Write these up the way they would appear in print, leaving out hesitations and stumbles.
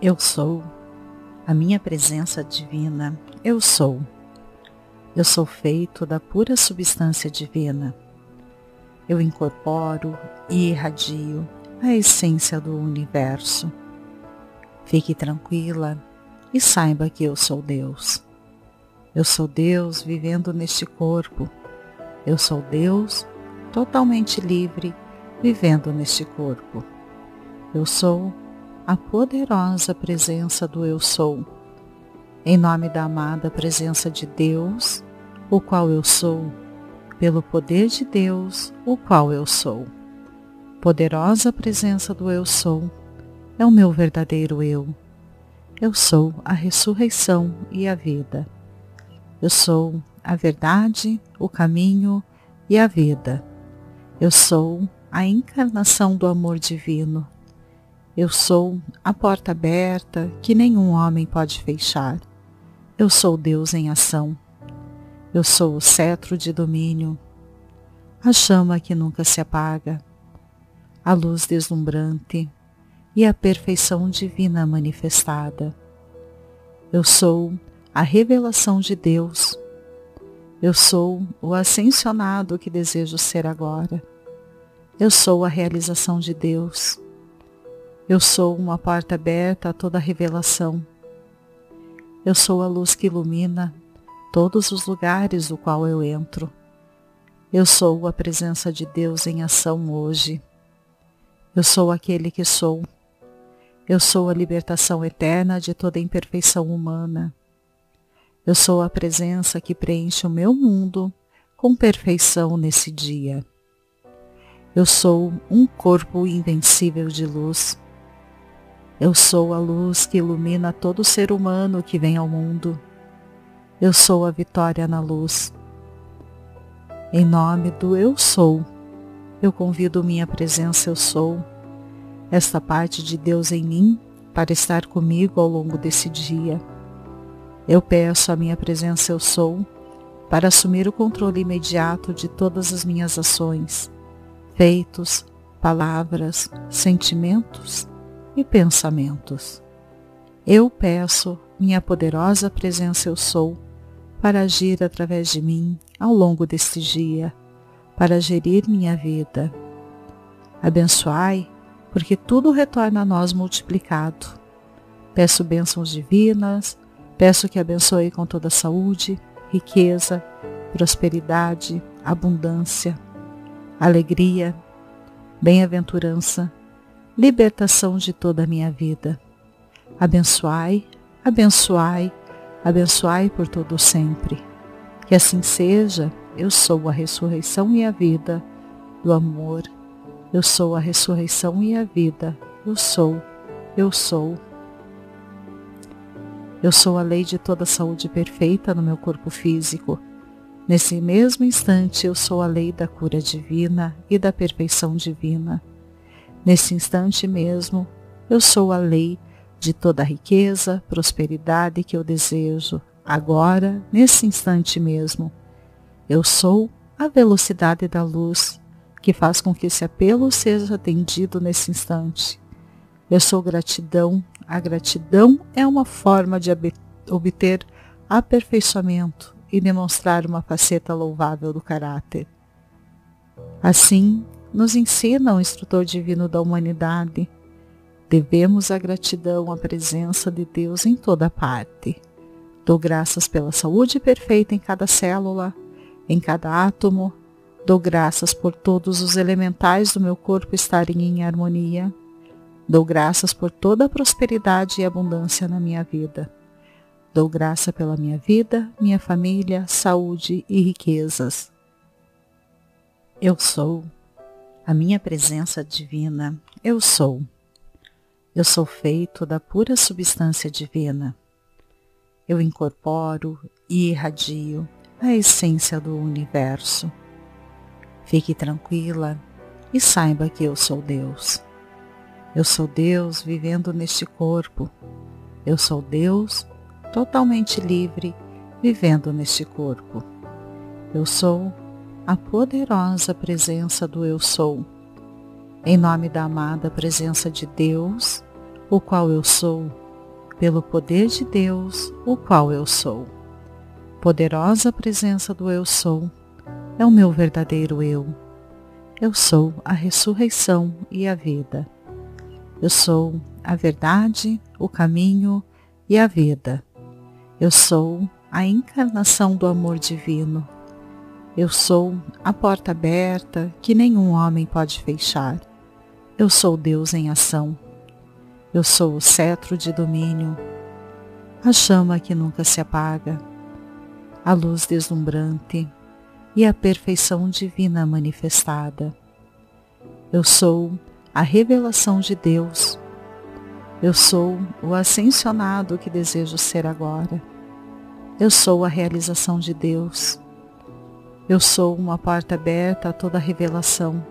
Eu sou a minha presença divina. Eu sou. Eu sou feito da pura substância divina. Eu incorporo e irradio a essência do universo. Fique tranquila e saiba que eu sou Deus. Eu sou Deus vivendo neste corpo. Eu sou Deus totalmente livre vivendo neste corpo. Eu sou a poderosa presença do Eu Sou. Em nome da amada presença de Deus, o qual eu sou, pelo poder de Deus, o qual eu sou. Poderosa presença do Eu Sou é o meu verdadeiro Eu. Eu sou a ressurreição e a vida. Eu sou a verdade, o caminho e a vida. Eu sou a encarnação do amor divino. Eu sou a porta aberta que nenhum homem pode fechar. Eu sou Deus em ação. Eu sou o cetro de domínio, a chama que nunca se apaga, a luz deslumbrante e a perfeição divina manifestada. Eu sou a revelação de Deus. Eu sou o ascensionado que desejo ser agora. Eu sou a realização de Deus. Eu sou uma porta aberta a toda revelação. Eu sou a luz que ilumina todos os lugares do qual eu entro. Eu sou a presença de Deus em ação hoje. Eu sou aquele que sou. Eu sou a libertação eterna de toda imperfeição humana. Eu sou a presença que preenche o meu mundo com perfeição nesse dia. Eu sou um corpo invencível de luz. Eu sou a luz que ilumina todo ser humano que vem ao mundo. Eu sou a vitória na luz. Em nome do Eu Sou, eu convido minha presença Eu Sou, esta parte de Deus em mim, para estar comigo ao longo desse dia. Eu peço a minha presença Eu Sou para assumir o controle imediato de todas as minhas ações, feitos, palavras, sentimentos e pensamentos. Eu peço minha poderosa presença Eu Sou para agir através de mim ao longo deste dia, para gerir minha vida. Abençoai, porque tudo retorna a nós multiplicado. Peço bênçãos divinas, peço que abençoe com toda saúde, riqueza, prosperidade, abundância, alegria, bem-aventurança, libertação de toda a minha vida. Abençoai, abençoai, abençoai por todo sempre. Que assim seja. Eu sou a ressurreição e a vida do amor. Eu sou a ressurreição e a vida. Eu sou, eu sou. Eu sou a lei de toda saúde perfeita no meu corpo físico. Nesse mesmo instante eu sou a lei da cura divina e da perfeição divina. Nesse instante mesmo, eu sou a lei de toda a riqueza, prosperidade que eu desejo. Agora, nesse instante mesmo, eu sou a velocidade da luz, que faz com que esse apelo seja atendido nesse instante. Eu sou gratidão. A gratidão é uma forma de obter aperfeiçoamento e demonstrar uma faceta louvável do caráter. Assim, nos ensina o instrutor divino da humanidade. Devemos a gratidão à presença de Deus em toda parte. Dou graças pela saúde perfeita em cada célula, em cada átomo. Dou graças por todos os elementais do meu corpo estarem em harmonia. Dou graças por toda a prosperidade e abundância na minha vida. Dou graça pela minha vida, minha família, saúde e riquezas. Eu sou a minha presença divina. Eu sou. Eu sou feito da pura substância divina. Eu incorporo e irradio a essência do universo. Fique tranquila e saiba que eu sou Deus. Eu sou Deus vivendo neste corpo. Eu sou Deus totalmente livre vivendo neste corpo. Eu sou a poderosa presença do Eu Sou. Em nome da amada presença de Deus, o qual eu sou, pelo poder de Deus, o qual eu sou. Poderosa presença do eu sou, é o meu verdadeiro eu. Eu sou a ressurreição e a vida. Eu sou a verdade, o caminho e a vida. Eu sou a encarnação do amor divino. Eu sou a porta aberta que nenhum homem pode fechar. Eu sou Deus em ação. Eu sou o cetro de domínio, a chama que nunca se apaga, a luz deslumbrante e a perfeição divina manifestada. Eu sou a revelação de Deus. Eu sou o ascensionado que desejo ser agora. Eu sou a realização de Deus. Eu sou uma porta aberta a toda revelação.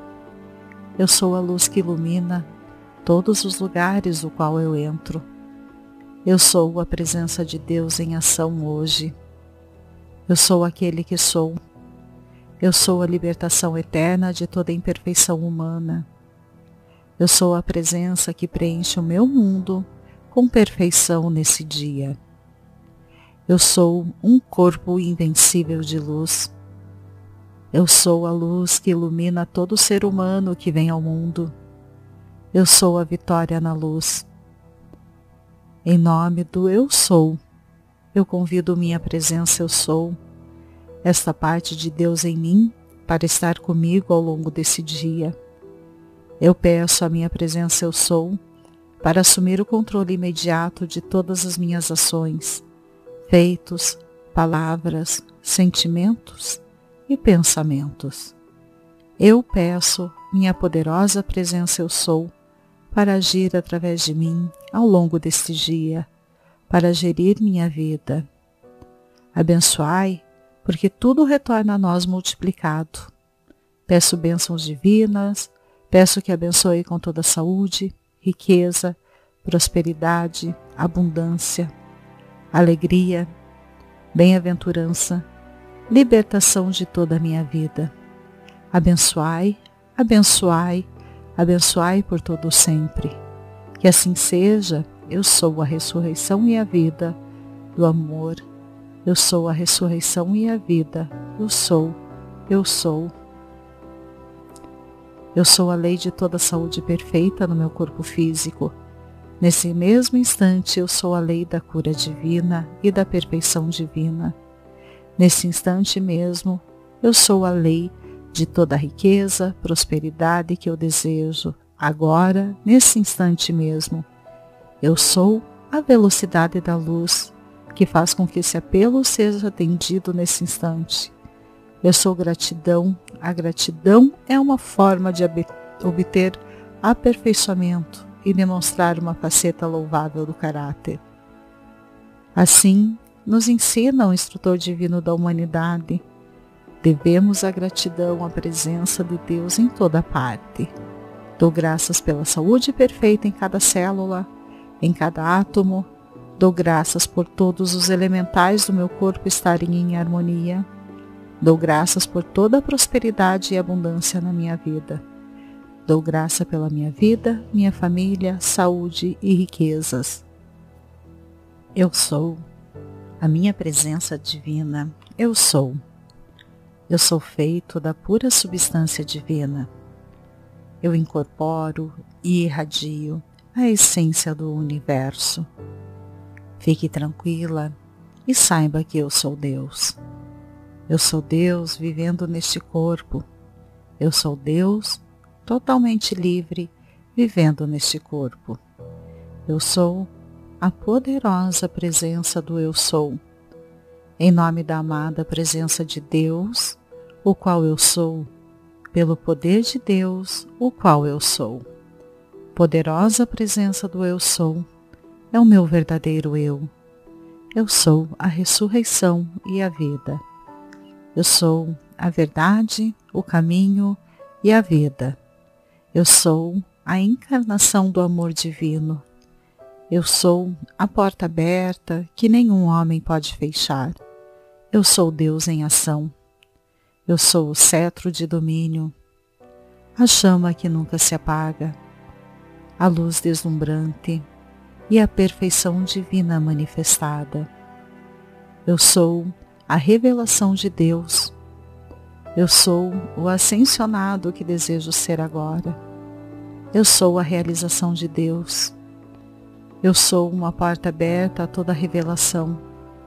Eu sou a luz que ilumina todos os lugares do qual eu entro. Eu sou a presença de Deus em ação hoje. Eu sou aquele que sou. Eu sou a libertação eterna de toda imperfeição humana. Eu sou a presença que preenche o meu mundo com perfeição nesse dia. Eu sou um corpo invencível de luz. Eu sou a luz que ilumina todo ser humano que vem ao mundo. Eu sou a vitória na luz. Em nome do eu sou, eu convido minha presença eu sou, esta parte de Deus em mim, para estar comigo ao longo desse dia. Eu peço a minha presença eu sou, para assumir o controle imediato de todas as minhas ações, feitos, palavras, sentimentos e pensamentos. Eu peço minha poderosa presença eu sou, para agir através de mim ao longo deste dia, para gerir minha vida. Abençoai, porque tudo retorna a nós multiplicado. Peço bênçãos divinas, peço que abençoe com toda saúde, riqueza, prosperidade, abundância, alegria, bem-aventurança, libertação de toda a minha vida. Abençoai, abençoai, abençoai por todo sempre. Que assim seja. Eu sou a ressurreição e a vida do amor. Eu sou a ressurreição e a vida. Eu sou, eu sou. Eu sou a lei de toda saúde perfeita no meu corpo físico. Nesse mesmo instante eu sou a lei da cura divina e da perfeição divina. Nesse instante mesmo eu sou a lei de toda a riqueza, prosperidade que eu desejo. Agora, nesse instante mesmo, eu sou a velocidade da luz, que faz com que esse apelo seja atendido nesse instante. Eu sou gratidão. A gratidão é uma forma de obter aperfeiçoamento e demonstrar uma faceta louvável do caráter. Assim, nos ensina o instrutor divino da humanidade. Devemos a gratidão à presença de Deus em toda parte. Dou graças pela saúde perfeita em cada célula, em cada átomo. Dou graças por todos os elementais do meu corpo estarem em harmonia. Dou graças por toda a prosperidade e abundância na minha vida. Dou graça pela minha vida, minha família, saúde e riquezas. Eu sou a minha presença divina. Eu sou. Eu sou feito da pura substância divina. Eu incorporo e irradio a essência do universo. Fique tranquila e saiba que eu sou Deus. Eu sou Deus vivendo neste corpo. Eu sou Deus totalmente livre vivendo neste corpo. Eu sou a poderosa presença do eu sou. Em nome da amada presença de Deus, o qual eu sou, pelo poder de Deus, o qual eu sou. Poderosa presença do eu sou, é o meu verdadeiro eu. Eu sou a ressurreição e a vida. Eu sou a verdade, o caminho e a vida. Eu sou a encarnação do amor divino. Eu sou a porta aberta que nenhum homem pode fechar. Eu sou Deus em ação. Eu sou o cetro de domínio, a chama que nunca se apaga, a luz deslumbrante e a perfeição divina manifestada. Eu sou a revelação de Deus. Eu sou o ascensionado que desejo ser agora. Eu sou a realização de Deus. Eu sou uma porta aberta a toda revelação.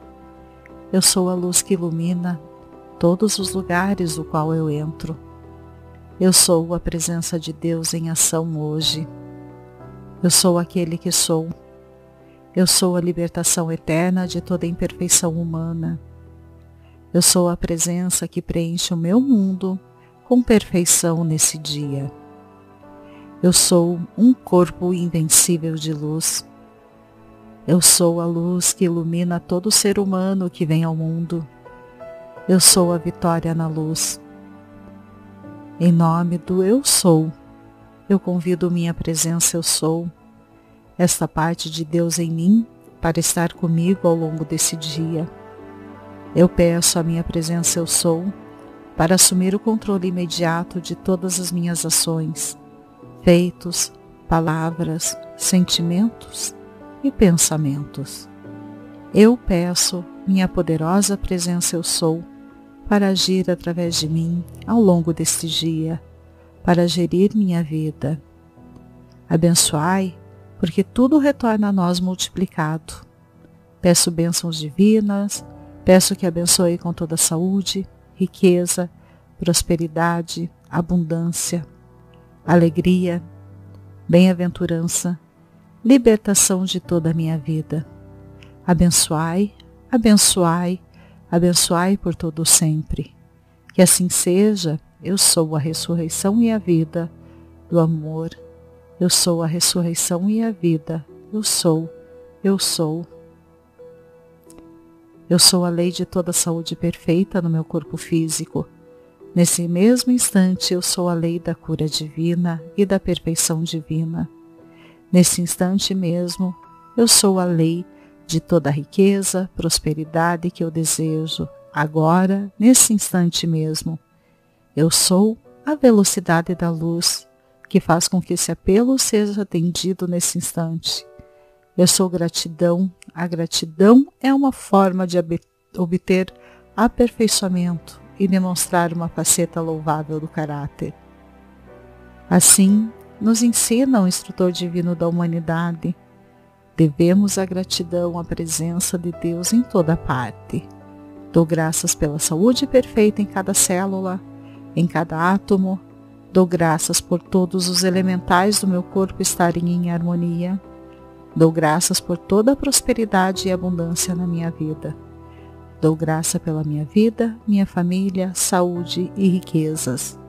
Eu sou a luz que ilumina todos os lugares do qual eu entro. Eu sou a presença de Deus em ação hoje. Eu sou aquele que sou. Eu sou a libertação eterna de toda imperfeição humana. Eu sou a presença que preenche o meu mundo com perfeição nesse dia. Eu sou um corpo invencível de luz. Eu sou a luz que ilumina todo ser humano que vem ao mundo. Eu sou a vitória na luz. Em nome do Eu Sou, eu convido minha presença Eu Sou, esta parte de Deus em mim, para estar comigo ao longo desse dia. Eu peço a minha presença Eu Sou para assumir o controle imediato de todas as minhas ações, feitos, palavras, sentimentos e pensamentos. Eu peço minha poderosa presença Eu Sou para agir através de mim ao longo deste dia, para gerir minha vida. Abençoai, porque tudo retorna a nós multiplicado. Peço bênçãos divinas, peço que abençoe com toda saúde, riqueza, prosperidade, abundância, alegria, bem-aventurança, libertação de toda a minha vida. Abençoai, abençoai, abençoai por todo sempre. Que assim seja. Eu sou a ressurreição e a vida do amor. Eu sou a ressurreição e a vida. Eu sou, eu sou. Eu sou a lei de toda saúde perfeita no meu corpo físico. Nesse mesmo instante eu sou a lei da cura divina e da perfeição divina. Nesse instante mesmo eu sou a lei de toda a riqueza, prosperidade que eu desejo. Agora, nesse instante mesmo, eu sou a velocidade da luz que faz com que esse apelo seja atendido nesse instante. Eu sou gratidão. A gratidão é uma forma de obter aperfeiçoamento e demonstrar uma faceta louvável do caráter. Assim, nos ensina o instrutor divino da humanidade. Devemos a gratidão à presença de Deus em toda parte. Dou graças pela saúde perfeita em cada célula, em cada átomo. Dou graças por todos os elementais do meu corpo estarem em harmonia. Dou graças por toda a prosperidade e abundância na minha vida. Dou graça pela minha vida, minha família, saúde e riquezas.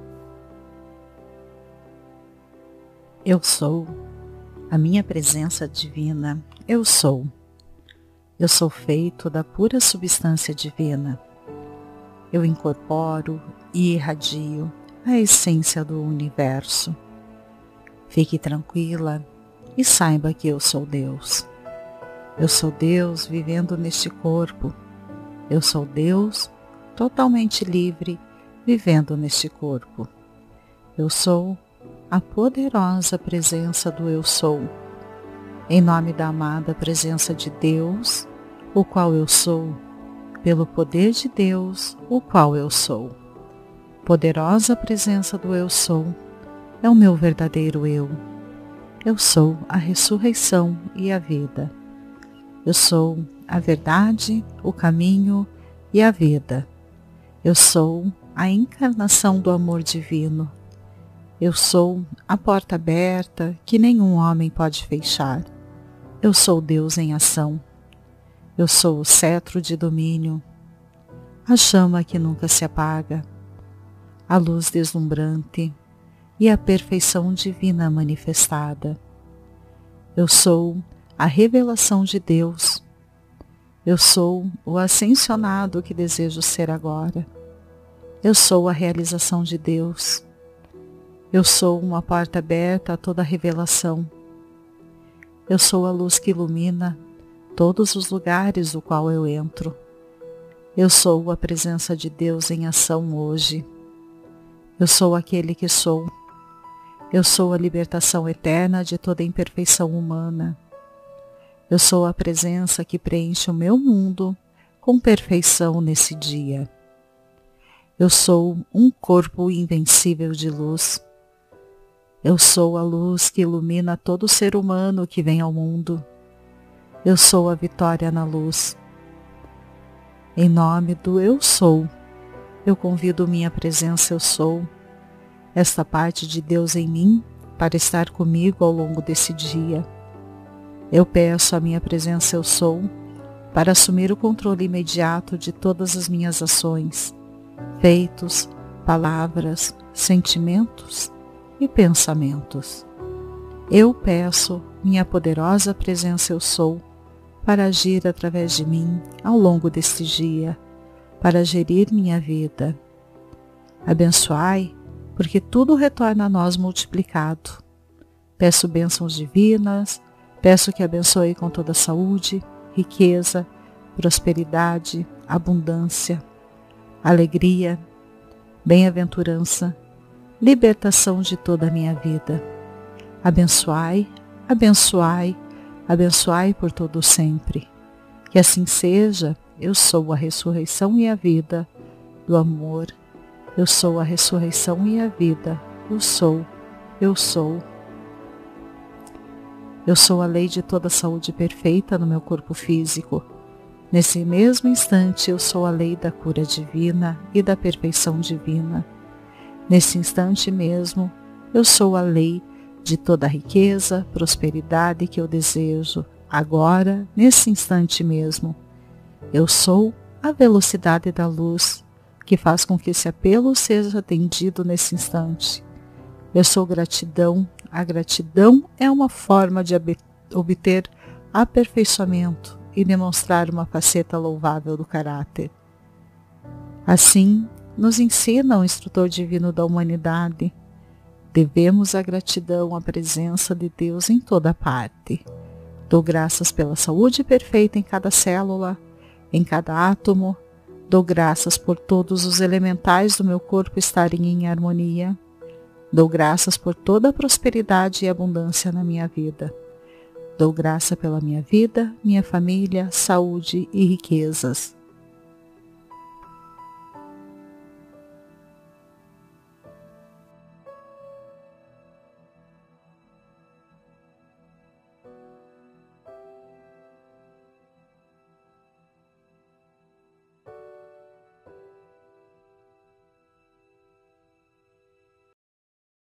Eu sou a minha presença divina. Eu sou. Eu sou feito da pura substância divina. Eu incorporo e irradio a essência do universo. Fique tranquila e saiba que eu sou Deus. Eu sou Deus vivendo neste corpo. Eu sou Deus totalmente livre vivendo neste corpo. Eu sou a poderosa presença do Eu Sou. Em nome da amada presença de Deus, o qual eu sou, pelo poder de Deus, o qual eu sou. Poderosa presença do Eu Sou é o meu verdadeiro Eu. Eu sou a ressurreição e a vida. Eu sou a verdade, o caminho e a vida. Eu sou a encarnação do amor divino. Eu sou a porta aberta que nenhum homem pode fechar. Eu sou Deus em ação. Eu sou o cetro de domínio, a chama que nunca se apaga, a luz deslumbrante e a perfeição divina manifestada. Eu sou a revelação de Deus. Eu sou o ascensionado que desejo ser agora. Eu sou a realização de Deus. Eu sou uma porta aberta a toda revelação. Eu sou a luz que ilumina todos os lugares do qual eu entro. Eu sou a presença de Deus em ação hoje. Eu sou aquele que sou. Eu sou a libertação eterna de toda imperfeição humana. Eu sou a presença que preenche o meu mundo com perfeição nesse dia. Eu sou um corpo invencível de luz. Eu sou a luz que ilumina todo ser humano que vem ao mundo. Eu sou a vitória na luz. Em nome do Eu Sou, eu convido minha presença Eu Sou, esta parte de Deus em mim, para estar comigo ao longo desse dia. Eu peço a minha presença Eu Sou para assumir o controle imediato de todas as minhas ações, feitos, palavras, sentimentos e pensamentos. Eu peço minha poderosa presença Eu Sou para agir através de mim ao longo deste dia, para gerir minha vida. Abençoai, porque tudo retorna a nós multiplicado. Peço bênçãos divinas, peço que abençoe com toda saúde, riqueza, prosperidade, abundância, alegria, bem-aventurança, libertação de toda a minha vida. Abençoai, abençoai, abençoai por todo sempre. Que assim seja. Eu sou a ressurreição e a vida do amor. Eu sou a ressurreição e a vida. Eu sou, eu sou. Eu sou a lei de toda saúde perfeita no meu corpo físico. Nesse mesmo instante eu sou a lei da cura divina e da perfeição divina. Nesse instante mesmo eu sou a lei de toda a riqueza, prosperidade que eu desejo. Agora, nesse instante mesmo, eu sou a velocidade da luz que faz com que esse apelo seja atendido nesse instante. Eu sou gratidão. A gratidão é uma forma de obter aperfeiçoamento e demonstrar uma faceta louvável do caráter. Assim, nos ensina o instrutor divino da humanidade. Devemos a gratidão à presença de Deus em toda parte. Dou graças pela saúde perfeita em cada célula, em cada átomo. Dou graças por todos os elementais do meu corpo estarem em harmonia. Dou graças por toda a prosperidade e abundância na minha vida. Dou graça pela minha vida, minha família, saúde e riquezas.